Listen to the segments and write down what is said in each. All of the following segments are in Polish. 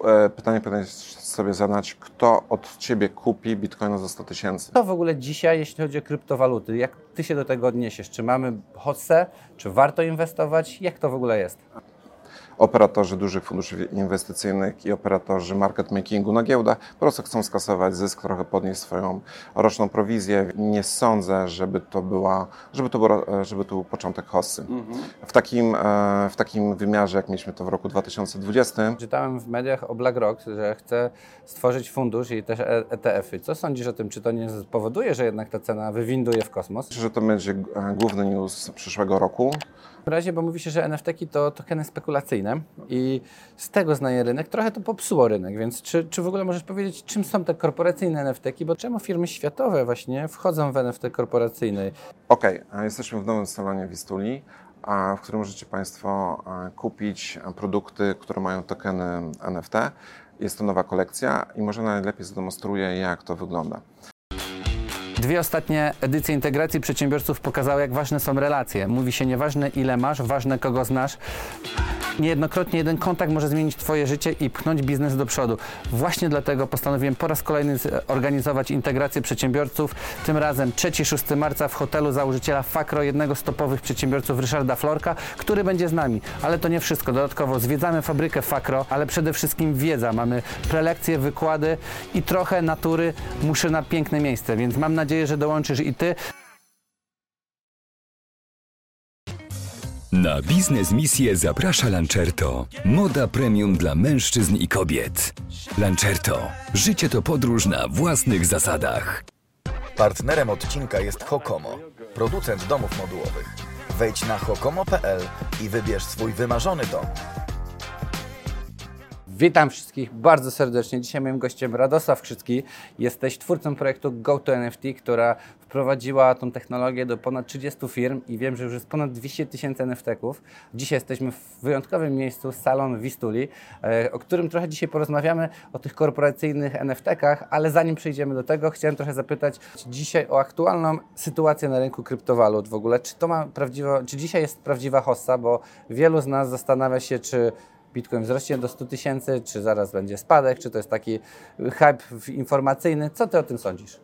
pytanie powinieneś sobie zadać, kto od Ciebie kupi bitcoina za 100 tysięcy? To w ogóle dzisiaj, jeśli chodzi o kryptowaluty, jak Ty się do tego odniesiesz? Czy mamy hossę? Czy warto inwestować? Jak to w ogóle jest? Operatorzy dużych funduszy inwestycyjnych i operatorzy market makingu na giełdach po prostu chcą skasować zysk, trochę podnieść swoją roczną prowizję. Nie sądzę, żeby to był początek hossy. W takim wymiarze, jak mieliśmy to w roku 2020. Czytałem w mediach o BlackRock, że chce stworzyć fundusz i też ETF-y. Co sądzisz o tym? Czy to nie spowoduje, że jednak ta cena wywinduje w kosmos? Myślę, że to będzie główny news przyszłego roku. W razie, bo mówi się, że NFT-ki to tokeny spekulacyjne i z tego znaje rynek. Trochę to popsuło rynek, więc czy w ogóle możesz powiedzieć, czym są te korporacyjne NFT-ki, bo czemu firmy światowe właśnie wchodzą w NFT korporacyjny? Okej, jesteśmy w nowym salonie Wistuli, w którym możecie Państwo kupić produkty, które mają tokeny NFT. Jest to nowa kolekcja i może najlepiej zademonstruję, jak to wygląda. Dwie ostatnie edycje integracji przedsiębiorców pokazały, jak ważne są relacje. Mówi się, nieważne ile masz, ważne kogo znasz. Niejednokrotnie jeden kontakt może zmienić Twoje życie i pchnąć biznes do przodu. Właśnie dlatego postanowiłem po raz kolejny organizować integrację przedsiębiorców. Tym razem 3-6 marca w hotelu założyciela Fakro, jednego z topowych przedsiębiorców Ryszarda Florka, który będzie z nami. Ale to nie wszystko. Dodatkowo zwiedzamy fabrykę Fakro, ale przede wszystkim wiedza. Mamy prelekcje, wykłady i trochę natury. Muszę na piękne miejsce, więc mam nadzieję, że dołączysz i Ty. Na biznes misję zaprasza Lancerto. Moda premium dla mężczyzn i kobiet. Lancerto. Życie to podróż na własnych zasadach. Partnerem odcinka jest Hokomo, producent domów modułowych. Wejdź na hokomo.pl i wybierz swój wymarzony dom. Witam wszystkich bardzo serdecznie. Dzisiaj moim gościem Radosław Krzycki. Jesteś twórcą projektu GoToNFT, która wprowadziła tą technologię do ponad 30 firm i wiem, że już jest ponad 200 tysięcy NFT-ków. Dzisiaj jesteśmy w wyjątkowym miejscu, salon Wistuli, o którym trochę dzisiaj porozmawiamy, o tych korporacyjnych NFT-kach, ale zanim przejdziemy do tego, chciałem trochę zapytać dzisiaj o aktualną sytuację na rynku kryptowalut w ogóle. Czy dzisiaj jest prawdziwa hossa, bo wielu z nas zastanawia się, czy Bitcoin wzrośnie do 100 tysięcy, czy zaraz będzie spadek, czy to jest taki hype informacyjny. Co Ty o tym sądzisz?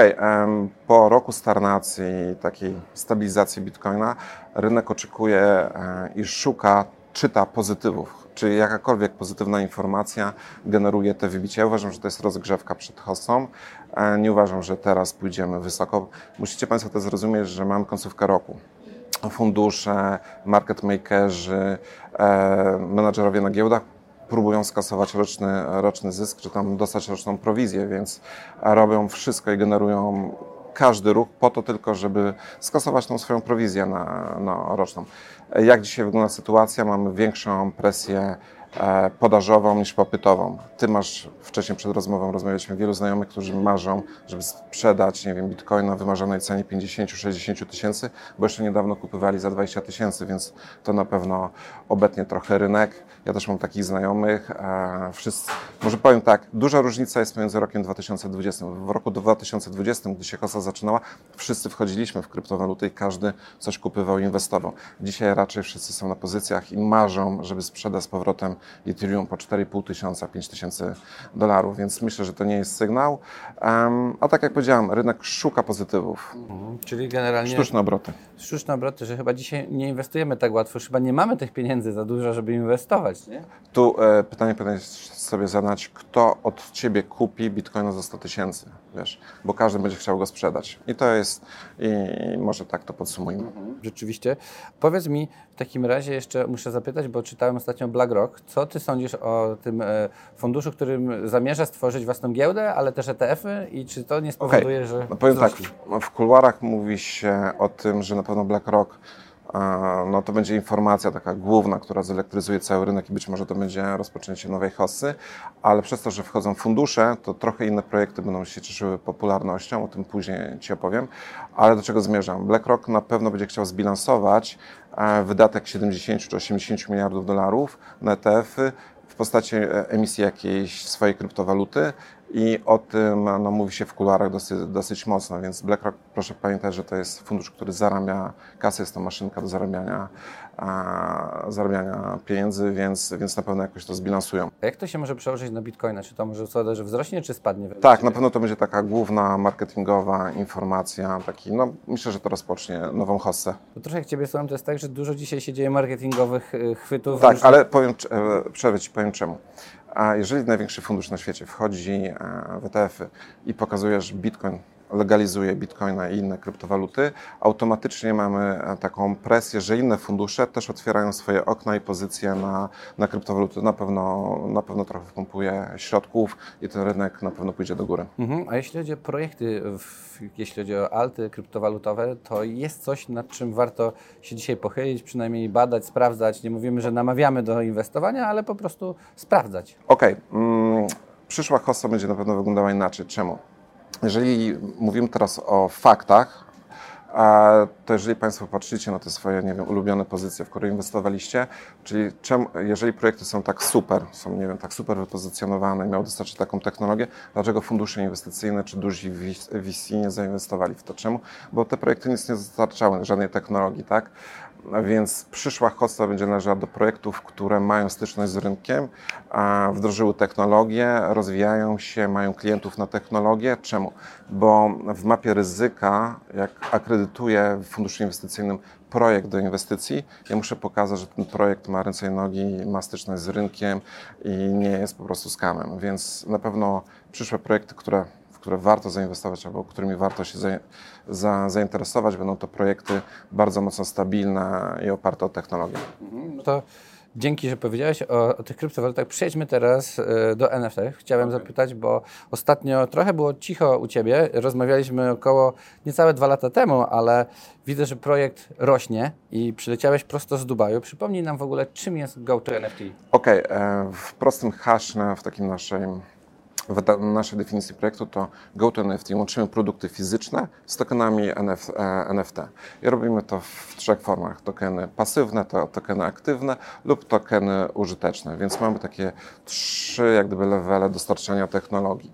Po roku stagnacji, takiej stabilizacji Bitcoina, rynek oczekuje i czyta pozytywów. Czy jakakolwiek pozytywna informacja generuje te wybicie. Ja uważam, że to jest rozgrzewka przed hossą. Nie uważam, że teraz pójdziemy wysoko. Musicie Państwo to zrozumieć, że mamy końcówkę roku. Fundusze, market makerzy, menadżerowie na giełdach próbują skasować roczny zysk, czy tam dostać roczną prowizję, więc robią wszystko i generują każdy ruch po to tylko, żeby skasować tą swoją prowizję roczną. Jak dzisiaj wygląda sytuacja? Mamy większą presję podażową niż popytową. Ty masz, wcześniej przed rozmową rozmawialiśmy, wielu znajomych, którzy marzą, żeby sprzedać, nie wiem, bitcoina w wymarzonej cenie 50-60 tysięcy, bo jeszcze niedawno kupywali za 20 tysięcy, więc to na pewno obetnie trochę rynek. Ja też mam takich znajomych. Może powiem tak, duża różnica jest między rokiem 2020. W roku 2020, gdy się hossa zaczynała, wszyscy wchodziliśmy w kryptowaluty i każdy coś kupywał i inwestował. Dzisiaj raczej wszyscy są na pozycjach i marzą, żeby sprzedać z powrotem Ethereum po 4,5 tysiąca, 5 tysięcy dolarów, więc myślę, że to nie jest sygnał. A tak jak powiedziałem, rynek szuka pozytywów. Czyli generalnie sztuczne obroty. Sztuczne obroty, że chyba dzisiaj nie inwestujemy tak łatwo, już chyba nie mamy tych pieniędzy za dużo, żeby inwestować, nie? Tu pytanie powinieneś sobie zadać, kto od Ciebie kupi bitcoina za 100 tysięcy, wiesz, bo każdy będzie chciał go sprzedać. I to jest, i może tak to podsumujmy. Rzeczywiście. Powiedz mi, w takim razie jeszcze muszę zapytać, bo czytałem ostatnio BlackRock, co Ty sądzisz o tym funduszu, którym zamierza stworzyć własną giełdę, ale też ETF-y i czy to nie spowoduje, że powiem tak, w kuluarach mówi się o tym, że na pewno BlackRock to będzie informacja taka główna, która zelektryzuje cały rynek i być może to będzie rozpoczęcie nowej hossy, ale przez to, że wchodzą fundusze, to trochę inne projekty będą się cieszyły popularnością, o tym później Ci opowiem, ale do czego zmierzam? BlackRock na pewno będzie chciał zbilansować wydatek 70 czy 80 miliardów dolarów na ETF-y w postaci emisji jakiejś swojej kryptowaluty i o tym mówi się w kuluarach dosyć mocno, więc BlackRock, proszę pamiętać, że to jest fundusz, który zarabia kasę, jest to maszynka do zarabiania pieniędzy, więc na pewno jakoś to zbilansują. A jak to się może przełożyć na Bitcoina? Czy to może spowoduje, że wzrośnie, czy spadnie? Tak, na pewno to będzie taka główna marketingowa informacja, myślę, że to rozpocznie nową hossę. Bo trochę jak Ciebie słucham, to jest tak, że dużo dzisiaj się dzieje marketingowych chwytów. Tak, ale przerwę Ci, powiem czemu. A jeżeli największy fundusz na świecie wchodzi w ETF-y i pokazuje, że Bitcoin legalizuje Bitcoina i inne kryptowaluty, automatycznie mamy taką presję, że inne fundusze też otwierają swoje okna i pozycje na kryptowaluty. Na pewno trochę wpompuje środków i ten rynek na pewno pójdzie do góry. A jeśli chodzi o projekty, jeśli chodzi o alty kryptowalutowe, to jest coś, nad czym warto się dzisiaj pochylić, przynajmniej badać, sprawdzać. Nie mówimy, że namawiamy do inwestowania, ale po prostu sprawdzać. Okej. Przyszła hossa będzie na pewno wyglądała inaczej. Czemu? Jeżeli mówimy teraz o faktach, to jeżeli Państwo patrzycie na te swoje, ulubione pozycje, w które inwestowaliście, czyli jeżeli projekty są tak super, tak super wypozycjonowane, miały dostarczyć taką technologię, dlaczego fundusze inwestycyjne czy duzi VC nie zainwestowali w to? Czemu? Bo te projekty nic nie dostarczały, żadnej technologii, tak? Więc przyszła hossa będzie należała do projektów, które mają styczność z rynkiem, wdrożyły technologię, rozwijają się, mają klientów na technologię. Czemu? Bo w mapie ryzyka, jak akredytuję w funduszu inwestycyjnym projekt do inwestycji, ja muszę pokazać, że ten projekt ma ręce i nogi, ma styczność z rynkiem i nie jest po prostu scamem. Więc na pewno przyszłe projekty, w które warto zainwestować albo którymi warto się zainteresować, będą to projekty bardzo mocno stabilne i oparte o technologię. No to dzięki, że powiedziałeś o tych kryptowalutach. Przejdźmy teraz do NFT. Chciałem zapytać, bo ostatnio trochę było cicho u Ciebie. Rozmawialiśmy około niecałe 2 lata temu, ale widzę, że projekt rośnie i przyleciałeś prosto z Dubaju. Przypomnij nam w ogóle, czym jest GoToNFT. Okej, w prostym haśle, w takim naszej definicji projektu to GoToNFT. Łączymy produkty fizyczne z tokenami NFT. I robimy to w 3 formach. Tokeny pasywne, tokeny aktywne lub tokeny użyteczne. Więc mamy takie 3 levele dostarczania technologii.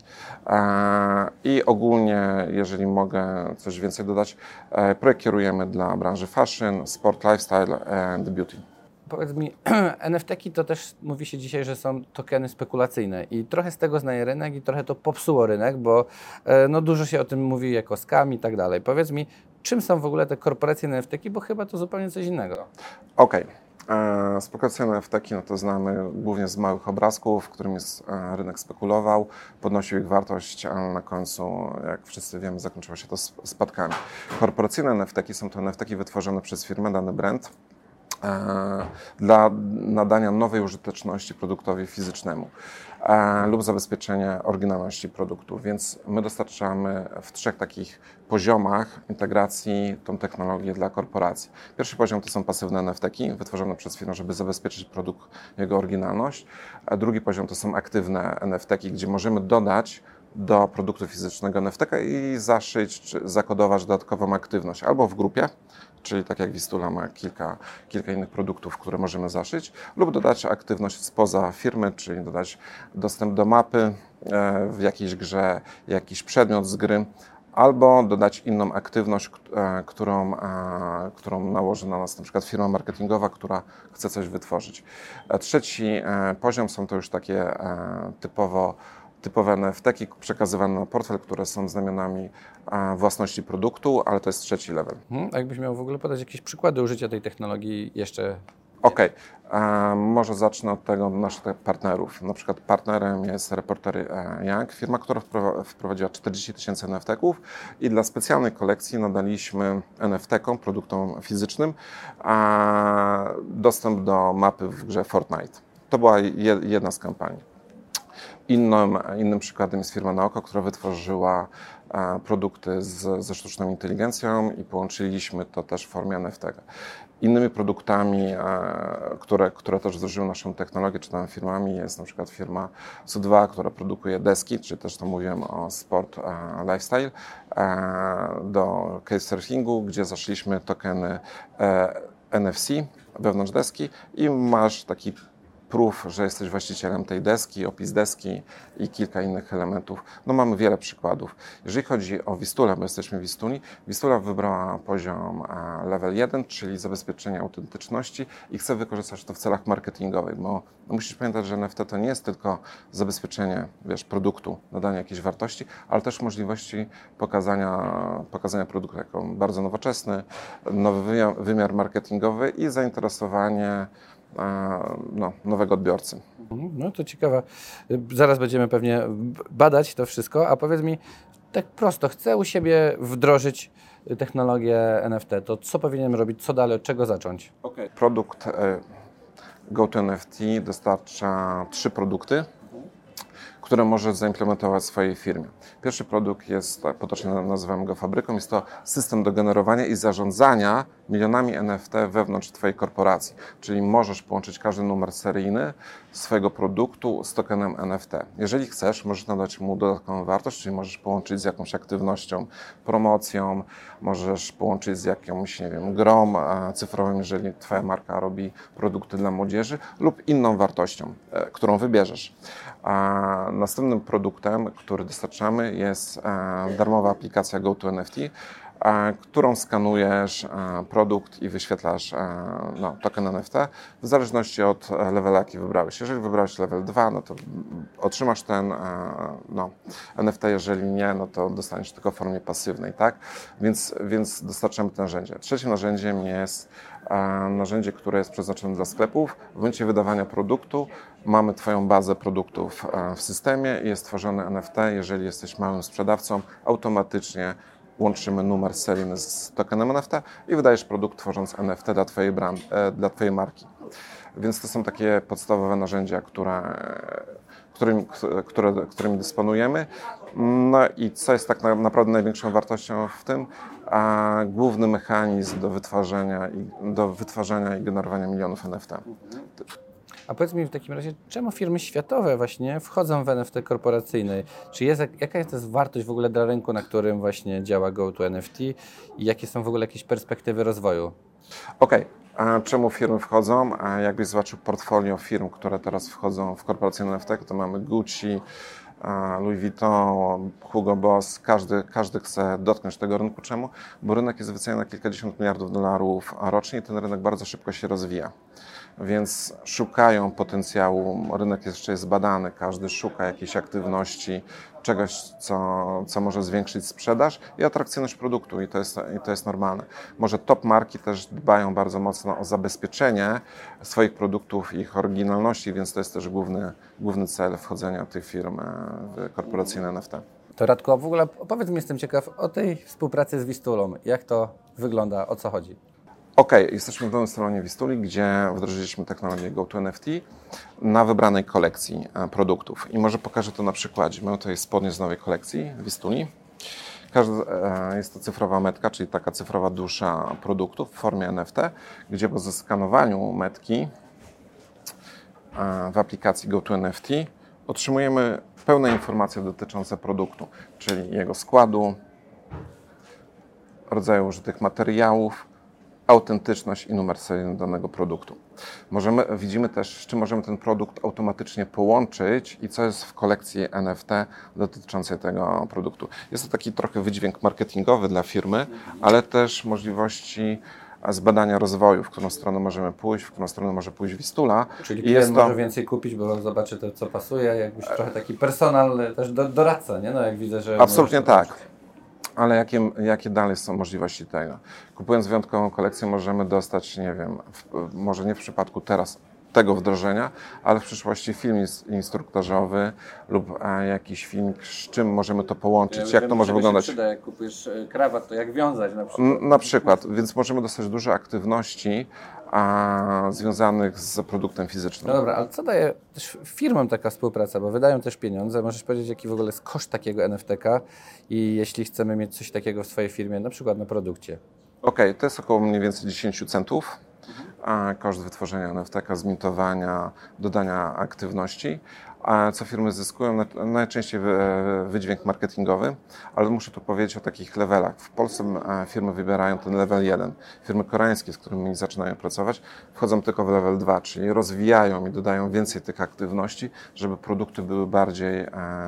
I ogólnie, jeżeli mogę coś więcej dodać, projekt kierujemy dla branży fashion, sport, lifestyle and beauty. Powiedz mi, NFT-ki to też mówi się dzisiaj, że są tokeny spekulacyjne i trochę z tego znaje rynek i trochę to popsuło rynek, bo dużo się o tym mówi jako scam i tak dalej. Powiedz mi, czym są w ogóle te korporacje NFT-ki, bo chyba to zupełnie coś innego. Okej. Spekulacyjne NFT-ki to znamy głównie z małych obrazków, którymi rynek spekulował, podnosił ich wartość, a na końcu, jak wszyscy wiemy, zakończyło się to spadkami. Korporacyjne NFT-ki są to NFT-ki wytworzone przez firmę, dany brand, dla nadania nowej użyteczności produktowi fizycznemu lub zabezpieczenia oryginalności produktu. Więc my dostarczamy w 3 takich poziomach integracji tą technologię dla korporacji. Pierwszy poziom to są pasywne NFT-ki wytworzone przez firmę, żeby zabezpieczyć produkt, jego oryginalność. A drugi poziom to są aktywne NFT-ki, gdzie możemy dodać do produktu fizycznego NFT-ka i zaszyć czy zakodować dodatkową aktywność albo w grupie, czyli tak jak Vistula ma kilka innych produktów, które możemy zaszyć, lub dodać aktywność spoza firmy, czyli dodać dostęp do mapy w jakiejś grze, jakiś przedmiot z gry, albo dodać inną aktywność, którą nałoży na nas na przykład firma marketingowa, która chce coś wytworzyć. Trzeci poziom są to już takie typowe NFT-ki przekazywane na portfel, które są znamionami własności produktu, ale to jest 3 level. A jakbyś miał w ogóle podać jakieś przykłady użycia tej technologii jeszcze? Okej. Może zacznę od tego naszych partnerów. Na przykład partnerem jest Reporter Young, firma, która wprowadziła 40 000 NFT-ków i dla specjalnej kolekcji nadaliśmy NFT-kom, produktom fizycznym, dostęp do mapy w grze Fortnite. To była jedna z kampanii. Innym przykładem jest firma Naoko, która wytworzyła produkty ze sztuczną inteligencją i połączyliśmy to też w formie NFT. Innymi produktami, które też wdrożyły naszą technologię, czy tam firmami, jest na przykład firma Su2, która produkuje deski, czy też to mówiłem o sport lifestyle, do couchsurfingu, gdzie zaszyliśmy tokeny NFC wewnątrz deski i masz taki proof, że jesteś właścicielem tej deski, opis deski i kilka innych elementów. No mamy wiele przykładów. Jeżeli chodzi o Wistulę, bo jesteśmy w Wistuli, Wistula wybrała poziom level 1, czyli zabezpieczenie autentyczności i chce wykorzystać to w celach marketingowych, bo musisz pamiętać, że NFT to nie jest tylko zabezpieczenie, produktu, nadania jakiejś wartości, ale też możliwości pokazania produktu jako bardzo nowoczesny, nowy wymiar marketingowy i zainteresowanie nowego odbiorcy. No to ciekawe. Zaraz będziemy pewnie badać to wszystko, a powiedz mi tak prosto, chcę u siebie wdrożyć technologię NFT, to co powinienem robić, co dalej, od czego zacząć? Produkt GoToNFT dostarcza 3 produkty, które możesz zaimplementować w swojej firmie. Pierwszy produkt jest, potocznie nazywamy go fabryką, jest to system do generowania i zarządzania milionami NFT wewnątrz Twojej korporacji. Czyli możesz połączyć każdy numer seryjny swojego produktu z tokenem NFT. Jeżeli chcesz, możesz nadać mu dodatkową wartość, czyli możesz połączyć z jakąś aktywnością, promocją, możesz połączyć z jakąś, grą cyfrową, jeżeli Twoja marka robi produkty dla młodzieży lub inną wartością, którą wybierzesz. Następnym produktem, który dostarczamy, jest darmowa aplikacja GoToNFT, którą skanujesz produkt i wyświetlasz token NFT w zależności od levela, jaki wybrałeś. Jeżeli wybrałeś level 2, no to otrzymasz ten NFT, jeżeli nie, no to dostaniesz tylko w formie pasywnej, tak? Więc dostarczamy to narzędzie. Trzecim narzędziem jest narzędzie, które jest przeznaczone dla sklepów. W momencie wydawania produktu mamy Twoją bazę produktów w systemie i jest tworzony NFT. Jeżeli jesteś małym sprzedawcą, automatycznie łączymy numer seryjny z tokenem NFT i wydajesz produkt, tworząc NFT dla Twojej marki. Więc to są takie podstawowe narzędzia, którymi dysponujemy. No i co jest tak naprawdę największą wartością w tym? Główny mechanizm do wytwarzania i generowania milionów NFT. A powiedz mi w takim razie, czemu firmy światowe właśnie wchodzą w NFT korporacyjne? Jaka jest wartość w ogóle dla rynku, na którym właśnie działa GoToNFT i jakie są w ogóle jakieś perspektywy rozwoju? A czemu firmy wchodzą? Jakbyś zobaczył portfolio firm, które teraz wchodzą w korporacyjne NFT, to mamy Gucci, Louis Vuitton, Hugo Boss, każdy chce dotknąć tego rynku. Czemu? Bo rynek jest wyceniany na kilkadziesiąt miliardów dolarów rocznie i ten rynek bardzo szybko się rozwija. Więc szukają potencjału, rynek jeszcze jest badany, każdy szuka jakiejś aktywności, czegoś, co może zwiększyć sprzedaż i atrakcyjność produktu i to jest normalne. Może top marki też dbają bardzo mocno o zabezpieczenie swoich produktów i ich oryginalności, więc to jest też główny cel wchodzenia tych firm w korporacyjne NFT. To Radku, w ogóle opowiedz mi, jestem ciekaw o tej współpracy z Wistulą. Jak to wygląda, o co chodzi? Jesteśmy w nowym salonie Wistuli, gdzie wdrożyliśmy technologię GoToNFT na wybranej kolekcji produktów. I może pokażę to na przykładzie. Mamy tutaj spodnie z nowej kolekcji Wistuli. Jest to cyfrowa metka, czyli taka cyfrowa dusza produktu w formie NFT, gdzie po zeskanowaniu metki w aplikacji GoToNFT otrzymujemy pełne informacje dotyczące produktu, czyli jego składu, rodzaju użytych materiałów, autentyczność i numer seryjny danego produktu. Widzimy też, z czym możemy ten produkt automatycznie połączyć i co jest w kolekcji NFT dotyczącej tego produktu. Jest to taki trochę wydźwięk marketingowy dla firmy, ale też możliwości zbadania rozwoju, w którą stronę możemy pójść, w którą stronę może pójść Wistula. Czyli klient może więcej kupić, bo zobaczy to, co pasuje, jakbyś trochę taki personal też doradca, nie? No jak widzę, że... Absolutnie tak. Ale jakie dalej są możliwości tego? Kupując wyjątkową kolekcję możemy dostać, może nie w przypadku teraz tego wdrożenia, ale w przyszłości film instruktażowy lub jakiś film, z czym możemy to połączyć, jak to może wyglądać. Przyda, jak kupujesz krawat, to jak wiązać na przykład. Na przykład, więc możemy dostać dużo aktywności związanych z produktem fizycznym. No dobra, ale co daje też firmom taka współpraca, bo wydają też pieniądze. Możesz powiedzieć, jaki w ogóle jest koszt takiego NFT-ka i jeśli chcemy mieć coś takiego w swojej firmie, na przykład na produkcie? To jest około mniej więcej 10 centów koszt wytworzenia NFT-ka, zmintowania, dodania aktywności. A co firmy zyskują? Najczęściej wydźwięk marketingowy, ale muszę tu powiedzieć o takich levelach. W Polsce firmy wybierają ten level 1. Firmy koreańskie, z którymi zaczynają pracować, wchodzą tylko w level 2, czyli rozwijają i dodają więcej tych aktywności, żeby produkty były bardziej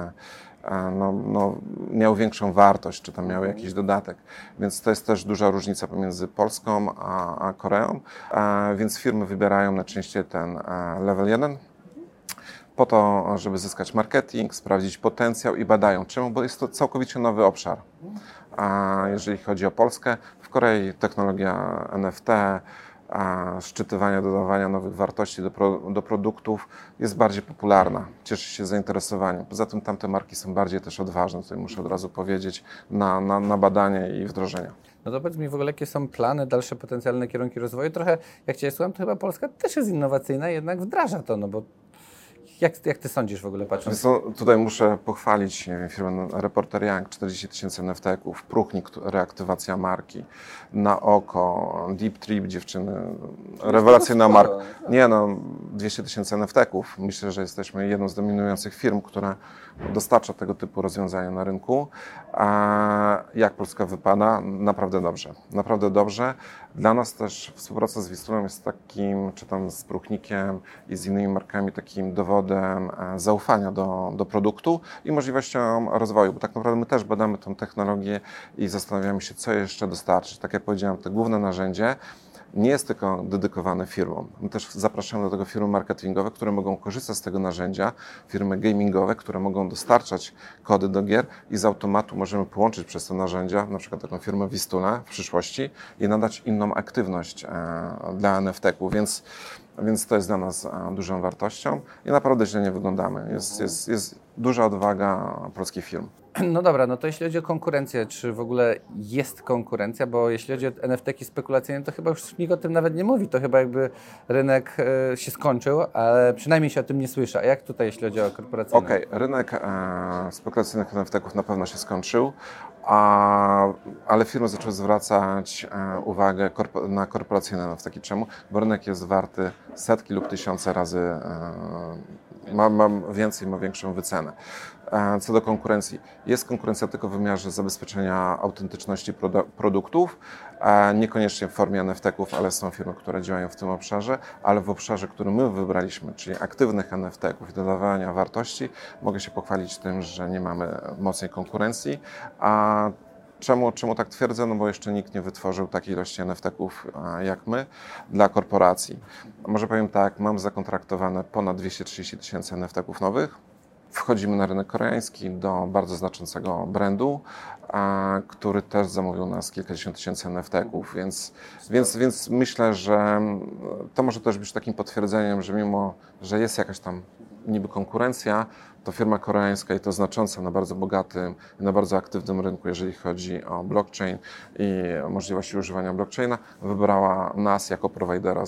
miały większą wartość, czy tam miały jakiś dodatek. Więc to jest też duża różnica pomiędzy Polską a Koreą, więc firmy wybierają najczęściej ten level 1 po to, żeby zyskać marketing, sprawdzić potencjał i badają. Czemu? Bo jest to całkowicie nowy obszar. A jeżeli chodzi o Polskę, w Korei technologia NFT, szczytywania, dodawania nowych wartości do produktów jest bardziej popularna, cieszy się zainteresowaniem. Poza tym tamte marki są bardziej też odważne, tutaj muszę od razu powiedzieć, na badanie i wdrożenia. No to powiedz mi w ogóle, jakie są plany, dalsze potencjalne kierunki rozwoju? Trochę, jak Cię słucham, to chyba Polska też jest innowacyjna, jednak wdraża to, no bo jak Ty sądzisz w ogóle, patrząc? Tutaj muszę pochwalić firmę Reporter Young, 40 000 NFT-ków, Próchnik, reaktywacja marki, Na oko, Deep Trip, dziewczyny, rewelacyjna marka. 200 000 NFT-ków. Myślę, że jesteśmy jedną z dominujących firm, która dostarcza tego typu rozwiązania na rynku. A jak Polska wypada? Naprawdę dobrze. Naprawdę dobrze. Dla nas też współpraca z Wistuną jest takim, czy tam z Próchnikiem i z innymi markami, takim dowodem zaufania do produktu i możliwością rozwoju, bo tak naprawdę my też badamy tą technologię i zastanawiamy się, co jeszcze dostarczyć. Tak jak powiedziałem, to główne narzędzie nie jest tylko dedykowane firmom. My też zapraszamy do tego firmy marketingowe, które mogą korzystać z tego narzędzia, firmy gamingowe, które mogą dostarczać kody do gier i z automatu możemy połączyć przez te narzędzia, na przykład taką firmę Vistula w przyszłości i nadać inną aktywność dla NFT-ków, więc to jest dla nas dużą wartością i naprawdę źle nie wyglądamy. Jest duża odwaga polskich firm. No dobra, no to jeśli chodzi o konkurencję, czy w ogóle jest konkurencja, bo jeśli chodzi o NFT-ki spekulacyjne, to chyba już nikt o tym nawet nie mówi, to chyba jakby rynek się skończył, ale przynajmniej się o tym nie słyszy. A jak tutaj, jeśli chodzi o korporacyjne? Okej, rynek spekulacyjnych NFT-ków na pewno się skończył, ale firmy zaczęły zwracać uwagę na korporacyjne NFT-ki. Czemu? Bo rynek jest warty setki lub tysiące razy, ma większą wycenę. Co do konkurencji, jest konkurencja tylko w wymiarze zabezpieczenia autentyczności produktów, niekoniecznie w formie NFT-ków, ale są firmy, które działają w tym obszarze, ale w obszarze, który my wybraliśmy, czyli aktywnych NFT-ków i dodawania wartości, mogę się pochwalić tym, że nie mamy mocnej konkurencji. Czemu tak twierdzę? No bo jeszcze nikt nie wytworzył takiej ilości NFT-ków jak my dla korporacji. Może powiem tak, mam zakontraktowane ponad 230 000 NFT-ków nowych. Wchodzimy na rynek koreański do bardzo znaczącego brandu, który też zamówił nas kilkadziesiąt tysięcy NFT-ków, więc myślę, że to może też być takim potwierdzeniem, że mimo, że jest jakaś tam niby konkurencja, to firma koreańska i to znacząca na bardzo bogatym, na bardzo aktywnym rynku, jeżeli chodzi o blockchain i możliwości używania blockchaina, wybrała nas jako prowajdera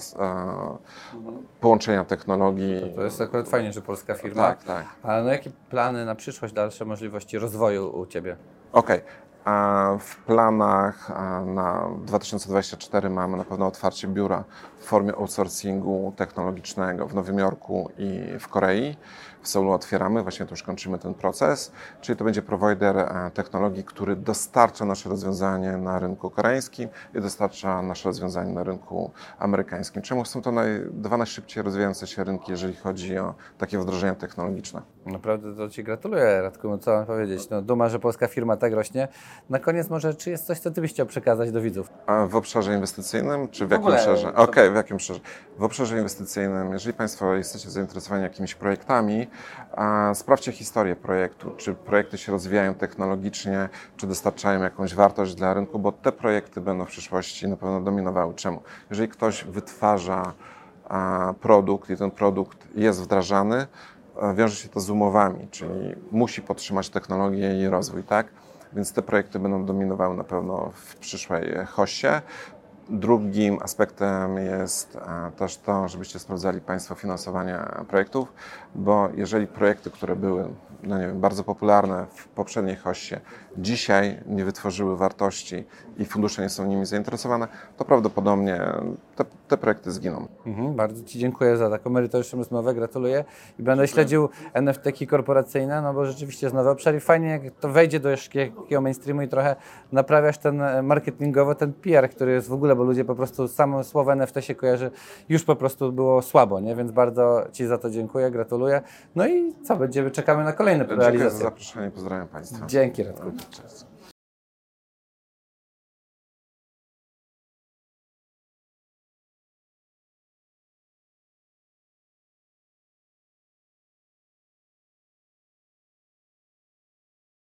połączenia technologii. To jest akurat fajnie, że polska firma. Tak. Ale no jakie plany na przyszłość, dalsze możliwości rozwoju u Ciebie? Okej. W planach na 2024 mamy na pewno otwarcie biura w formie outsourcingu technologicznego w Nowym Jorku i w Korei. W Seulu otwieramy, właśnie to już kończymy ten proces, czyli to będzie prowajder technologii, który dostarcza nasze rozwiązanie na rynku koreańskim i dostarcza nasze rozwiązanie na rynku amerykańskim. Czemu są to dwa najszybciej rozwijające się rynki, jeżeli chodzi o takie wdrożenia technologiczne? Naprawdę to Ci gratuluję, Radku, no co mam powiedzieć. No, duma, że polska firma tak rośnie. Na koniec może, czy jest coś, co Ty byś chciał przekazać do widzów? A w obszarze inwestycyjnym, czy w jakim ogóle, obszarze? Okej, w jakim obszarze? W obszarze inwestycyjnym, jeżeli Państwo jesteście zainteresowani jakimiś projektami, sprawdźcie historię projektu, czy projekty się rozwijają technologicznie, czy dostarczają jakąś wartość dla rynku, bo te projekty będą w przyszłości na pewno dominowały. Czemu? Jeżeli ktoś wytwarza produkt i ten produkt jest wdrażany, wiąże się to z umowami, czyli musi podtrzymać technologię i rozwój, tak? Więc te projekty będą dominowały na pewno w przyszłej hoście. Drugim aspektem jest też to, żebyście sprawdzali Państwo finansowanie projektów, bo jeżeli projekty, które były no nie wiem, bardzo popularne w poprzedniej hoście, dzisiaj nie wytworzyły wartości i fundusze nie są nimi zainteresowane, to prawdopodobnie te projekty zginą. Bardzo Ci dziękuję za taką merytoryczną rozmowę, gratuluję i będę śledził NFT-ki korporacyjne, no bo rzeczywiście jest nowy obszar i fajnie jak to wejdzie do takiego mainstreamu i trochę naprawiasz ten marketingowo, ten PR, który jest w ogóle, bo ludzie po prostu samo słowo NFT się kojarzy, już po prostu było słabo, nie? Więc bardzo Ci za to dziękuję, gratuluję. No i co, czekamy na kolejne Dziękuję za realizacje. zaproszenie, pozdrawiam Państwa. Dzięki, Radku. Cześć.